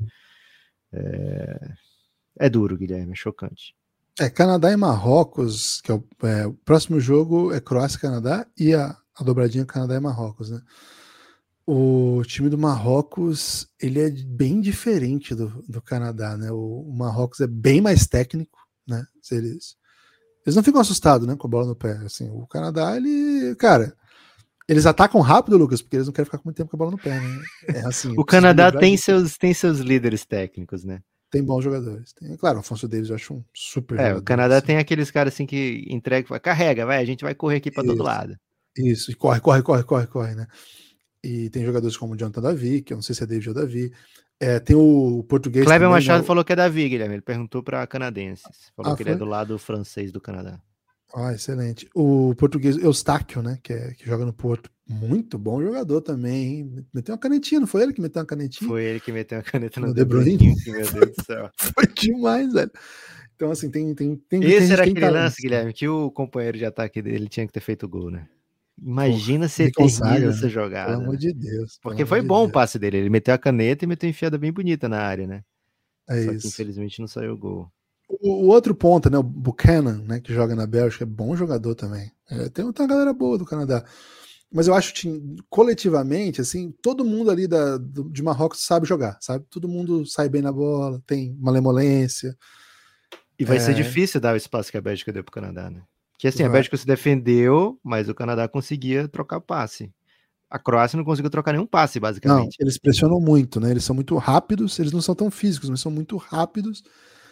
É, é duro, Guilherme, é chocante. É, Canadá e Marrocos, que é o, é, o próximo jogo é Croácia e Canadá, e a a dobradinha Canadá e Marrocos, né? O time do Marrocos, ele é bem diferente do, do Canadá, né? O, o Marrocos é bem mais técnico, né? Eles, eles não ficam assustados, né, com a bola no pé. Assim, o Canadá, ele, cara, eles atacam rápido, Lucas, porque eles não querem ficar com muito tempo com a bola no pé, né? É assim, O Canadá tem seus, tem seus líderes técnicos, né? Tem bons jogadores. Tem, claro, o Afonso Davies eu acho um super é, jogador. O Canadá assim. tem aqueles caras assim que entregam, carrega, vai, a gente vai correr aqui para todo lado. Isso, e corre, corre, corre, corre, corre, né? E tem jogadores como o Jonathan Davi, que eu não sei se é David ou Davi. É, tem o português Kleber também, Machado né? falou que é Davi, Guilherme. Ele perguntou para canadenses. Falou Ah, que foi? ele é do lado francês do Canadá. Ah, excelente. O português Eustáquio, né? Que, é, que joga no Porto. Muito bom jogador também, hein? Meteu uma canetinha, não foi ele que meteu uma canetinha? Foi ele que meteu a caneta no, No De Bruyne. Bruyne, meu Deus do céu. Foi demais, velho. Então, assim, tem, tem, tem, Esse tem era tem aquele talento, lance, Guilherme, que o companheiro de ataque dele tinha que ter feito gol, né? Imagina Porra, se ele eterniza consagra, essa né? jogada. Pelo amor né? de Deus. Porque amor foi de bom Deus. o passe dele. Ele meteu a caneta e meteu uma enfiada bem bonita na área, né? É Só isso. que infelizmente não saiu o gol. O, o outro ponta, né? O Buchanan, né? Que joga na Bélgica, é bom jogador também. É, tem, tem uma galera boa do Canadá. Mas eu acho que coletivamente, assim, todo mundo ali da, do, de Marrocos sabe jogar, sabe? Todo mundo sai bem na bola, tem malemolência. E vai é... ser difícil dar o espaço que a Bélgica deu pro Canadá, né? Que assim, vai. a Bélgica se defendeu, mas o Canadá conseguia trocar passe. A Croácia não conseguiu trocar nenhum passe, basicamente. Não, eles pressionam muito, né? Eles são muito rápidos, eles não são tão físicos, mas são muito rápidos.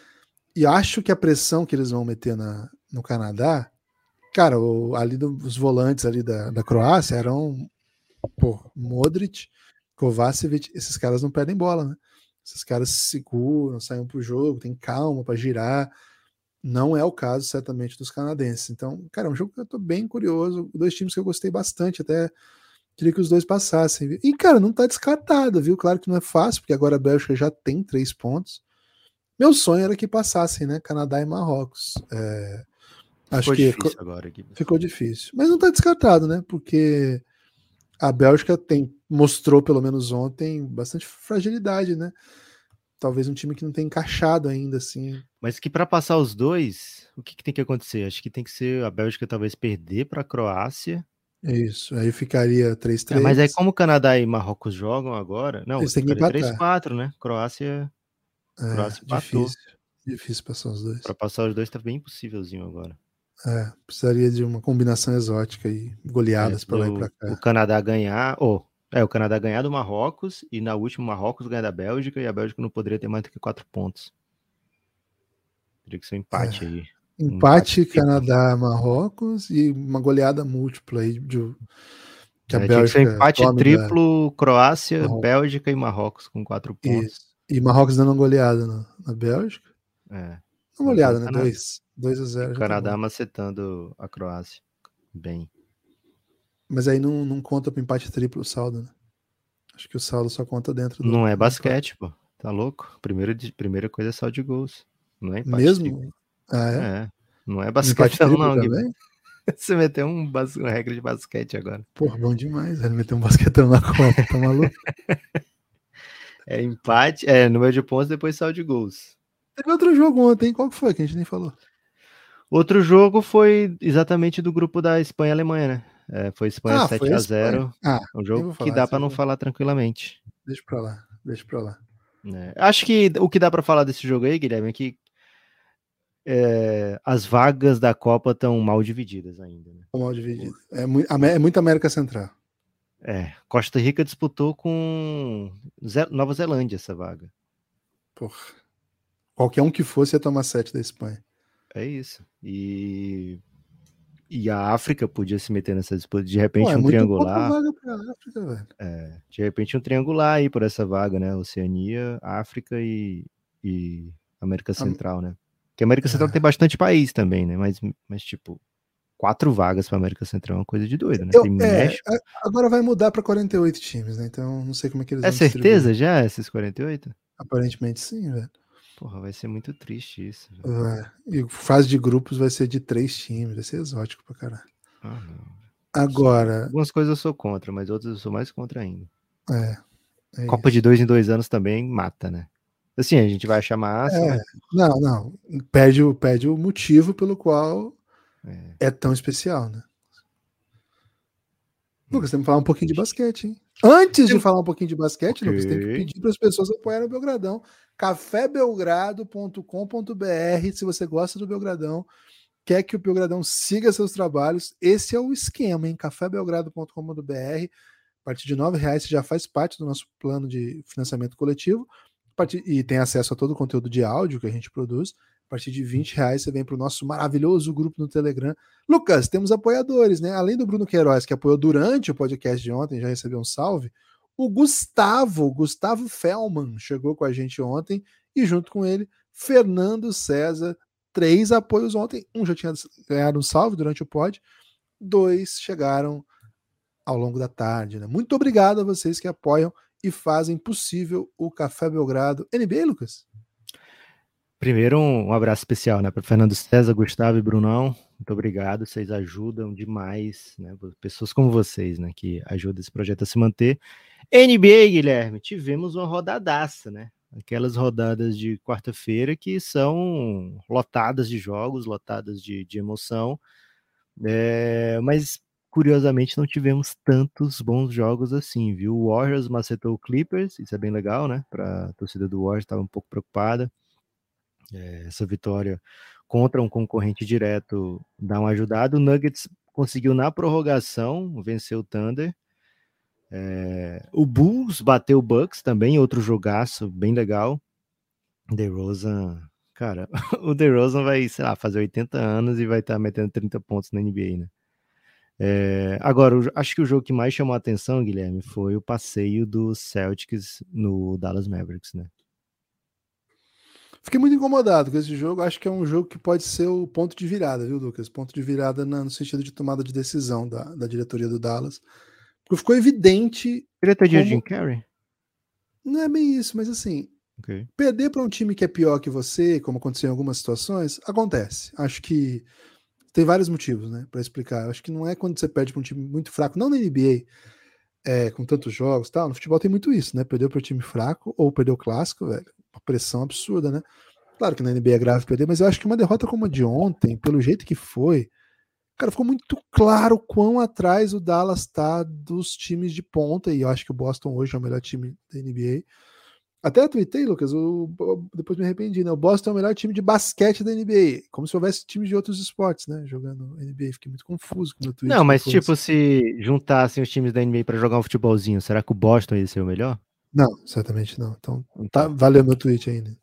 E acho que a pressão que eles vão meter na, no Canadá, cara, o, ali do, os volantes ali da, da Croácia eram, pô, Modric, Kovacevic, esses caras não perdem bola, né? Esses caras se seguram, saem pro jogo, tem calma para girar. Não é o caso, certamente, dos canadenses. Então, cara, é um jogo que eu tô bem curioso. Dois times que eu gostei bastante, até queria que os dois passassem. Viu? E, cara, não tá descartado, viu? Claro que não é fácil, porque agora a Bélgica já tem três pontos. Meu sonho era que passassem, né? Canadá e Marrocos. É, acho ficou que difícil ficou, agora. Aqui. Ficou difícil. Mas não tá descartado, né? Porque a Bélgica tem, mostrou, pelo menos ontem, bastante fragilidade, né? Talvez um time que não tem encaixado ainda, assim. Mas que para passar os dois, o que, que tem que acontecer? Acho que tem que ser a Bélgica talvez perder para a Croácia. Isso, aí ficaria três a três. É, mas aí como o Canadá e Marrocos jogam agora, não, eles têm que ficaria empatar. três a quatro, né? Croácia, É, Croácia empatou. difícil. Difícil passar os dois. Para passar os dois tá bem impossívelzinho agora. É, precisaria de uma combinação exótica e goleadas é, para lá e para cá. O Canadá ganhar, ou oh, é, o Canadá ganhar do Marrocos e na última o Marrocos ganhar da Bélgica e a Bélgica não poderia ter mais do que quatro pontos. Teria que ser um empate é. aí. Empate, um empate Canadá, Marrocos e uma goleada múltipla aí de que a é, Bélgica tinha que ser empate triplo, da... Croácia, Marrocos. Bélgica e Marrocos com quatro pontos. Isso. E Marrocos dando uma goleada na, na Bélgica. É. Uma goleada, né? dois a zero. O Canadá tá macetando a Croácia. Bem. Mas aí não, não conta pro empate triplo o saldo, né? Acho que o saldo só conta dentro do... Não é basquete, pô. Tá louco? Primeiro, primeira coisa é saldo de gols. Não é empate Mesmo? triplo. Ah, é? é? Não é basquete não, não, também? Você meteu um bas... uma regra de basquete agora. Pô, bom demais. Ele meteu um basquetão na Copa, tá maluco? É empate, é número de pontos, depois saldo de gols. Teve outro jogo ontem, qual que foi que a gente nem falou? Outro jogo foi exatamente do grupo da Espanha e Alemanha, né? É, foi Espanha ah, sete a zero. Ah, um jogo que dá para não falar tranquilamente. Deixa pra lá, deixa pra lá. É, acho que o que dá para falar desse jogo aí, Guilherme, é que é, as vagas da Copa estão mal divididas ainda. Né? Mal divididas. É, é muito América Central. É, Costa Rica disputou com Zé, Nova Zelândia essa vaga. Porra. Qualquer um que fosse ia tomar sete da Espanha. É isso. E, e a África podia se meter nessa disputa. De repente, Pô, é um muito triangular. Pouca vaga pra África, velho. É, de repente, um triangular aí por essa vaga, né? Oceania, África e, e América Central, a... né? Porque a América Central é. tem bastante país também, né? Mas, mas tipo, quatro vagas para América Central é uma coisa de doido, né? Eu, tem é, México. Agora vai mudar para quarenta e oito times, né? Então não sei como é que eles é vão certeza já, esses quarenta e oito? Aparentemente sim, velho. Porra, vai ser muito triste isso. É. E fase de grupos vai ser de três times, vai ser exótico pra caralho. Ah, não. Agora. Algumas coisas eu sou contra, mas outras eu sou mais contra ainda. É. é Copa isso. de dois em dois anos também mata, né? Assim, a gente vai achar massa. É. Mas... Não, não. Perde, perde o motivo pelo qual é, é tão especial, né? Lucas, temos que falar um pouquinho de basquete, hein? Antes de falar um pouquinho de basquete, okay. Lucas, tem que pedir para as pessoas apoiarem o Belgradão. café belgrado ponto com ponto b r. Se você gosta do Belgradão, quer que o Belgradão siga seus trabalhos, esse é o esquema, hein? café belgrado ponto com ponto b r. A partir de nove reais você já faz parte do nosso plano de financiamento coletivo e tem acesso a todo o conteúdo de áudio que a gente produz. A partir de vinte reais você vem para o nosso maravilhoso grupo no Telegram. Lucas, temos apoiadores, né? Além do Bruno Queiroz, que apoiou durante o podcast de ontem, já recebeu um salve. O Gustavo, Gustavo Fellman, chegou com a gente ontem e junto com ele, Fernando César. Três apoios ontem. Um já tinha ganhado um salve durante o pod. Dois chegaram ao longo da tarde, né? Muito obrigado a vocês que apoiam e fazem possível o Café Belgrado. N B A, Lucas? Primeiro, um abraço especial, né, para Fernando César, Gustavo e Brunão. Muito obrigado, vocês ajudam demais, né? Pessoas como vocês, né, que ajudam esse projeto a se manter. N B A, Guilherme, tivemos uma rodadaça, né? Aquelas rodadas de quarta-feira que são lotadas de jogos, lotadas de, de emoção, é, mas curiosamente não tivemos tantos bons jogos assim, viu? O Warriors macetou o Clippers, isso é bem legal, né? Para a torcida do Warriors, estava um pouco preocupada. É, essa vitória contra um concorrente direto dá uma ajudada. O Nuggets conseguiu na prorrogação vencer o Thunder. É, o Bulls bateu o Bucks também, outro jogaço bem legal. DeRozan, cara, o DeRozan vai, sei lá, fazer oitenta anos e vai estar tá metendo trinta pontos na N B A, né? É, agora, eu acho que o jogo que mais chamou a atenção, Guilherme, foi o passeio dos Celtics no Dallas Mavericks, né? Fiquei muito incomodado com esse jogo. Acho que é um jogo que pode ser o ponto de virada, viu, Lucas? Ponto de virada no sentido de tomada de decisão da, da diretoria do Dallas. Porque ficou evidente. Diretoria como... Jim Carrey? Não é bem isso, mas assim, okay. Perder para um time que é pior que você, como aconteceu em algumas situações, acontece. Acho que tem vários motivos, né, para explicar. Acho que não é quando você perde para um time muito fraco, não na N B A, é, com tantos jogos, tal. No futebol tem muito isso, né? Perdeu para um time fraco ou perdeu o clássico, velho. Uma pressão absurda, né? Claro que na N B A é grave perder, mas eu acho que uma derrota como a de ontem, pelo jeito que foi, cara, ficou muito claro quão atrás o Dallas tá dos times de ponta, e eu acho que o Boston hoje é o melhor time da N B A. Até eu tuitei, Lucas, o, depois me arrependi, né? O Boston é o melhor time de basquete da N B A, como se houvesse times de outros esportes, né? Jogando N B A, fiquei muito confuso com o meu tweet. Não, mas tipo, se juntassem os times da N B A para jogar um futebolzinho, será que o Boston ia ser o melhor? Não, certamente não. Então, tá, valeu meu tweet ainda.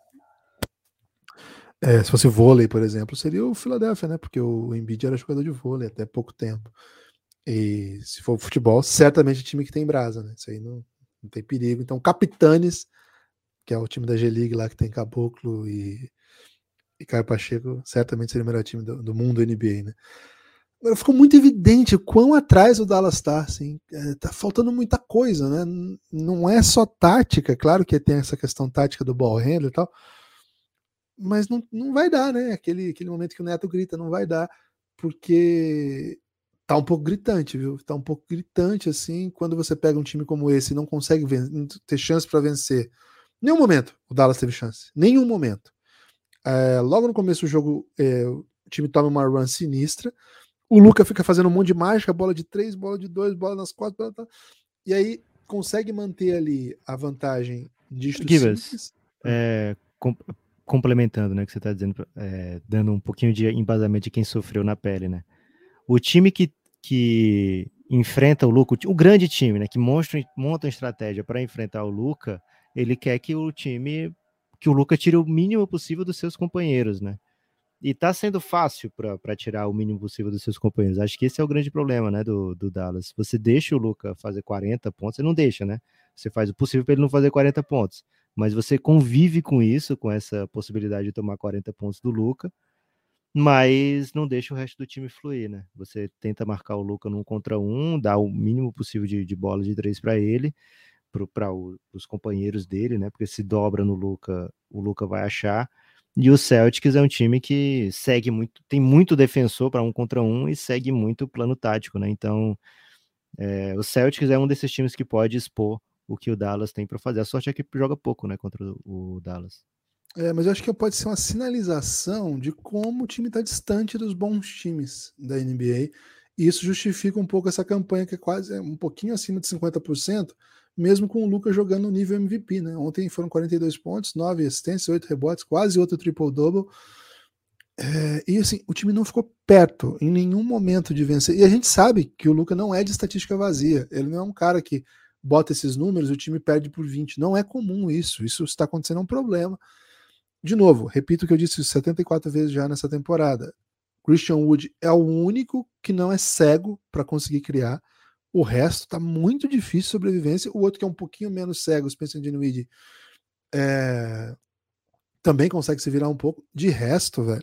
É, se fosse vôlei, por exemplo, seria o Philadelphia, né? Porque o Embiid era jogador de vôlei até pouco tempo. E se for futebol, certamente é time que tem brasa, né? Isso aí não, não tem perigo. Então, Capitanes, que é o time da G-League lá que tem Caboclo e, e Caio Pacheco, certamente seria o melhor time do, do mundo N B A, né? Agora, ficou muito evidente o quão atrás o Dallas tá, assim, é, tá faltando muita coisa, né? Não é só tática, claro que tem essa questão tática do ball handler e tal, mas não, não vai dar, né? Aquele, aquele momento que o Neto grita, não vai dar, porque tá um pouco gritante, viu? Tá um pouco gritante, assim, quando você pega um time como esse e não consegue ter chance para vencer. Nenhum momento o Dallas teve chance, nenhum momento. É, logo no começo do jogo, é, o time toma uma run sinistra, o Luka fica fazendo um monte de mágica, bola de três, bola de dois, bola nas costas, e aí consegue manter ali a vantagem de simples. É, com, complementando, né, que você está dizendo, é, dando um pouquinho de embasamento de quem sofreu na pele, né? O time que, que enfrenta o Luka, o grande time, né, que monta, monta uma estratégia para enfrentar o Luka, ele quer que o time, que o Luka tire o mínimo possível dos seus companheiros, né? E tá sendo fácil para tirar o mínimo possível dos seus companheiros. Acho que esse é o grande problema, né, do, do Dallas. Você deixa o Luka fazer quarenta pontos, você não deixa, né? Você faz o possível para ele não fazer quarenta pontos. Mas você convive com isso, com essa possibilidade de tomar quarenta pontos do Luka, mas não deixa o resto do time fluir, né? Você tenta marcar o Luka num contra um, dá o mínimo possível de, de bola de três para ele, para os companheiros dele, né? Porque se dobra no Luka, o Luka vai achar. E o Celtics é um time que segue muito, tem muito defensor para um contra um e segue muito o plano tático, né? Então, é, o Celtics é um desses times que pode expor o que o Dallas tem para fazer. A sorte é que joga pouco, né, contra o Dallas. É, mas eu acho que pode ser uma sinalização de como o time está distante dos bons times da N B A E isso justifica um pouco essa campanha que é quase é um pouquinho acima de cinquenta por cento, mesmo com o Luka jogando no nível M V P, né? Ontem foram quarenta e dois pontos, nove assistências, oito rebotes, quase outro triple-double. É, e assim, o time não ficou perto em nenhum momento de vencer. E a gente sabe que o Luka não é de estatística vazia. Ele não é um cara que bota esses números e o time perde por vinte. Não é comum isso. Isso está acontecendo, é um problema. De novo, repito o que eu disse setenta e quatro vezes já nessa temporada. Christian Wood é o único que não é cego para conseguir criar. O resto está muito difícil sobrevivência. O outro que é um pouquinho menos cego, o Spencer Dinwiddie, é... também consegue se virar um pouco. De resto, velho,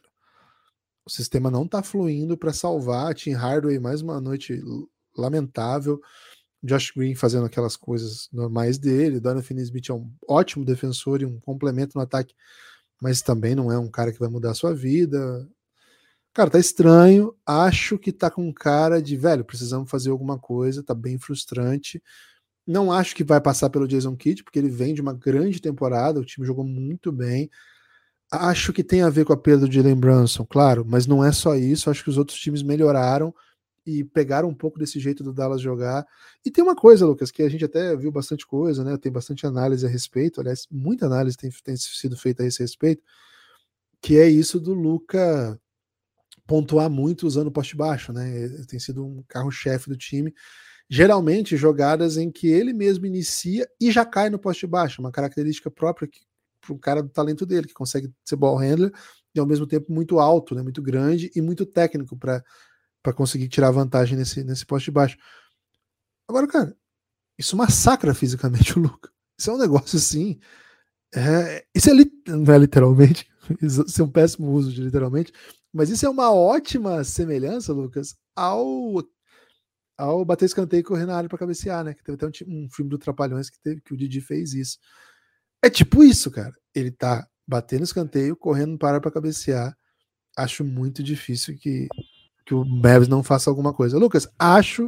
o sistema não tá fluindo para salvar. Tim Hardaway, mais uma noite lamentável. Josh Green fazendo aquelas coisas normais dele. Donovan Finney-Smith é um ótimo defensor e um complemento no ataque, mas também não é um cara que vai mudar a sua vida. Cara, tá estranho. Acho que tá com cara de, velho, precisamos fazer alguma coisa. Tá bem frustrante. Não acho que vai passar pelo Jason Kidd, porque ele vem de uma grande temporada. O time jogou muito bem. Acho que tem a ver com a perda de Jalen Brunson, claro, mas não é só isso. Acho que os outros times melhoraram e pegaram um pouco desse jeito do Dallas jogar. E tem uma coisa, Lucas, que a gente até viu bastante coisa, né? Tem bastante análise a respeito. Aliás, muita análise tem, tem sido feita a esse respeito, que é isso do Luka pontuar muito usando o poste baixo, né? Tem sido um carro-chefe do time. Geralmente, jogadas em que ele mesmo inicia e já cai no poste baixo, uma característica própria para um cara do talento dele, que consegue ser ball handler e ao mesmo tempo muito alto, né? Muito grande e muito técnico para para conseguir tirar vantagem nesse, nesse poste baixo. Agora, cara, isso massacra fisicamente o Luka. Isso é um negócio assim. É, isso é li, não é literalmente, isso é um péssimo uso de literalmente, mas isso é uma ótima semelhança, Lucas, ao, ao bater escanteio e correr na área para cabecear, né? Que teve até um, um filme do Trapalhões que, teve, que o Didi fez isso. É tipo isso, cara. Ele tá batendo escanteio, correndo para para cabecear. Acho muito difícil que que o Mavis não faça alguma coisa. Lucas, acho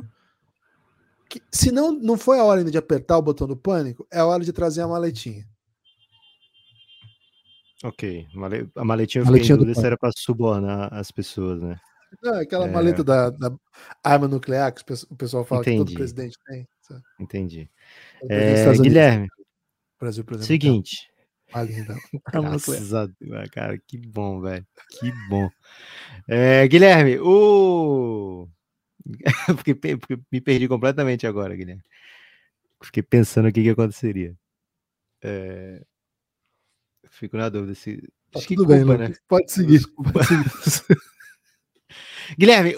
que se não, não foi a hora ainda de apertar o botão do pânico, é a hora de trazer a maletinha. Ok, a maletinha eu maletinha fiquei em dúvida se era para subornar as pessoas, né? Não, aquela é... maleta da, da arma nuclear que o pessoal fala Entendi. que todo presidente tem. Sabe? Entendi. É, Guilherme, Brasil, por exemplo, seguinte. Graças a Deus, cara, que bom, velho. Que bom. É, Guilherme, o... porque, porque me perdi completamente agora, Guilherme. Fiquei pensando o que, que aconteceria. É... Fico na dúvida se... Tá Acho tudo que bem, culpa, Lucas. né? Pode seguir. Pode seguir. Guilherme,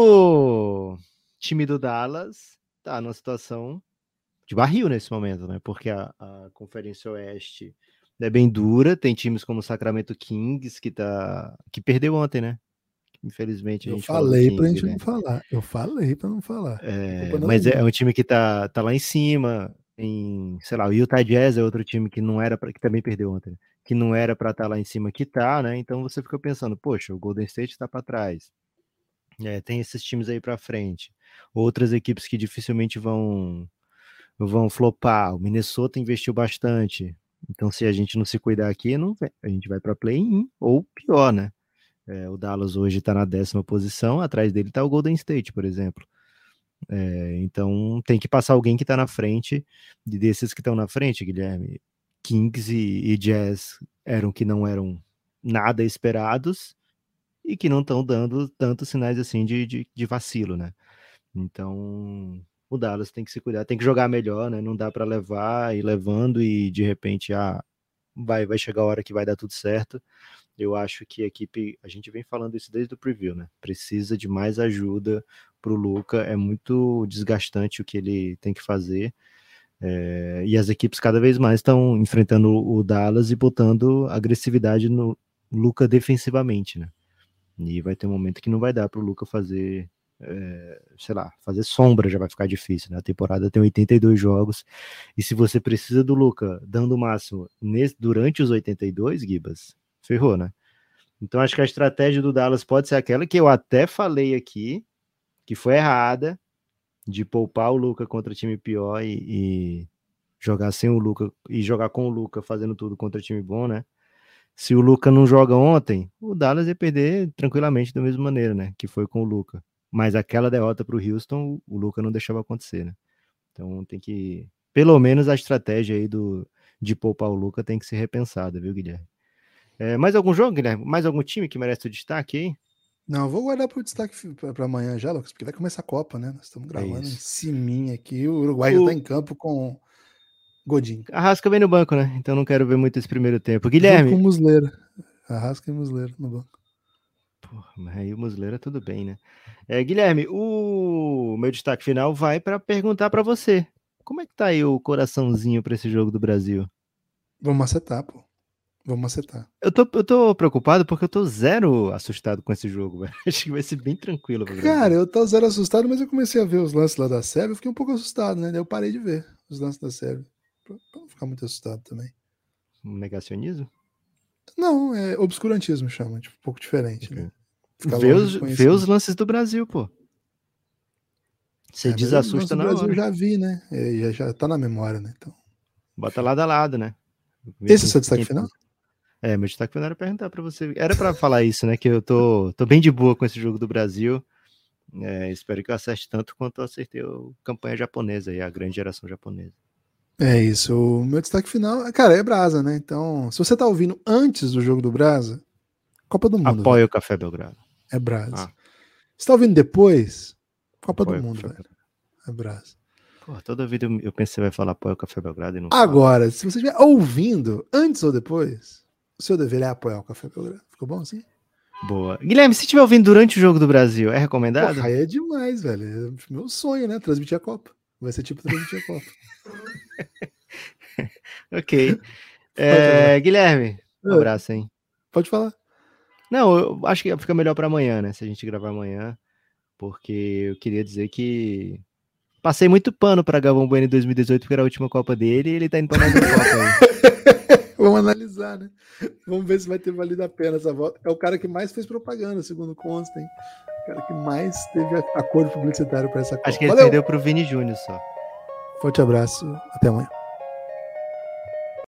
o time do Dallas tá numa situação de barril nesse momento, né? Porque a, a Conferência Oeste é bem dura, tem times como o Sacramento Kings que tá que perdeu ontem, né? Infelizmente a Eu gente falou do falei Kings, pra gente né? não falar. Eu falei pra não falar. É, não mas é, é, é um time que tá, tá lá em cima, em, sei lá, o Utah Jazz é outro time que não era para que também perdeu ontem, né? Que não era para estar tá lá em cima que tá, né? Então você fica pensando, poxa, o Golden State tá para trás. É, tem esses times aí para frente. Outras equipes que dificilmente vão vão flopar. O Minnesota investiu bastante. Então, se a gente não se cuidar aqui, não, a gente vai para play-in, ou pior, né? É, o Dallas hoje está na décima posição, atrás dele está o Golden State, por exemplo. É, então, tem que passar alguém que está na frente. E desses que estão na frente, Guilherme, Kings e, e Jazz eram que não eram nada esperados e que não estão dando tantos sinais assim de, de, de vacilo, né? Então, o Dallas tem que se cuidar, tem que jogar melhor, né? Não dá para levar e levando e de repente ah, vai, vai chegar a hora que vai dar tudo certo. Eu acho que a equipe, a gente vem falando isso desde o preview, né? Precisa de mais ajuda para o Luka, é muito desgastante o que ele tem que fazer. É, e as equipes cada vez mais estão enfrentando o Dallas e botando agressividade no Luka defensivamente, né? E vai ter um momento que não vai dar para o Luka fazer, é, sei lá, fazer sombra já vai ficar difícil, né? A temporada tem oitenta e dois jogos, e se você precisa do Luka dando o máximo nesse, durante os oitenta e dois, Gibas, ferrou, né? Então acho que a estratégia do Dallas pode ser aquela que eu até falei aqui, que foi errada, de poupar o Luka contra time pior e, e jogar sem o Luka, e jogar com o Luka fazendo tudo contra time bom, né? Se o Luka não joga ontem, o Dallas ia perder tranquilamente da mesma maneira, né? Que foi com o Luka. Mas aquela derrota para o Houston, o Luka não deixava acontecer, né? Então tem que... Pelo menos a estratégia aí do, de poupar o Luka tem que ser repensada, viu, Guilherme? É, mais algum jogo, Guilherme? Mais algum time que merece o destaque aí? Não, vou guardar para o destaque para amanhã já, Lucas, porque vai começar a Copa, né? Nós estamos gravando É em ciminha aqui. O Uruguai o... já está em campo com Godinho. Arrasca bem no banco, né? Então não quero ver muito esse primeiro tempo. Guilherme. Junto com o Muslera. Arrasca e Muslera no banco. Porra, mas aí o Muslera tudo bem, né? É, Guilherme, o meu destaque final vai para perguntar para você. Como é que tá aí o coraçãozinho para esse jogo do Brasil? Vamos acertar, pô. Vamos acertar. Eu tô, eu tô preocupado porque eu tô zero assustado com esse jogo, velho. Acho que vai ser bem tranquilo pro Brasil. Cara, eu tô zero assustado, mas eu comecei a ver os lances lá da Sérvia, eu fiquei um pouco assustado, né? Daí eu parei de ver os lances da Sérvia. Pra não ficar muito assustado também. Um negacionismo? Não, é obscurantismo chama, tipo, um pouco diferente, okay. né? Vê os, vê os lances do Brasil, pô. Você é, desassusta na hora. O Brasil eu já vi, né? É, já, já tá na memória, né? Então, bota lado a lado, né? Esse é o seu destaque final? É, meu destaque final era perguntar pra você. Era pra falar isso, né? Que eu tô, tô bem de boa com esse jogo do Brasil. É, espero que eu acerte tanto quanto eu acertei a campanha japonesa e a grande geração japonesa. É isso. O meu destaque final, cara, é Brasa, né? Então, se você tá ouvindo antes do jogo do Brasa, Copa do Mundo. Apoia o Café Belgrado. É Brasa. Ah. Se tá ouvindo depois, Copa apoio do Mundo, velho. É Brasa. Pô, toda vida eu pensei que você vai falar apoia o Café Belgrado e não Agora, fala. Se você estiver ouvindo antes ou depois, o seu dever é apoiar o Café Belgrado. Ficou bom assim? Boa. Guilherme, se estiver ouvindo durante o jogo do Brasil, é recomendado? Porra, aí é demais, velho. É meu sonho, né? Transmitir a Copa. Vai ser tipo transmitir a Copa. Ok. É, Guilherme, um abraço, hein? Pode falar. Não, eu acho que fica melhor para amanhã, né? Se a gente gravar amanhã, porque eu queria dizer que passei muito pano para Galvão Bueno em dois mil e dezoito, porque era a última Copa dele, e ele tá indo pra mais uma Copa aí. Vamos analisar, né? Vamos ver se vai ter valido a pena essa volta. É o cara que mais fez propaganda, segundo consta, hein? O cara que mais teve acordo publicitário para essa Copa. Acho que ele Valeu. perdeu pro Vini Júnior só. Forte abraço, até amanhã.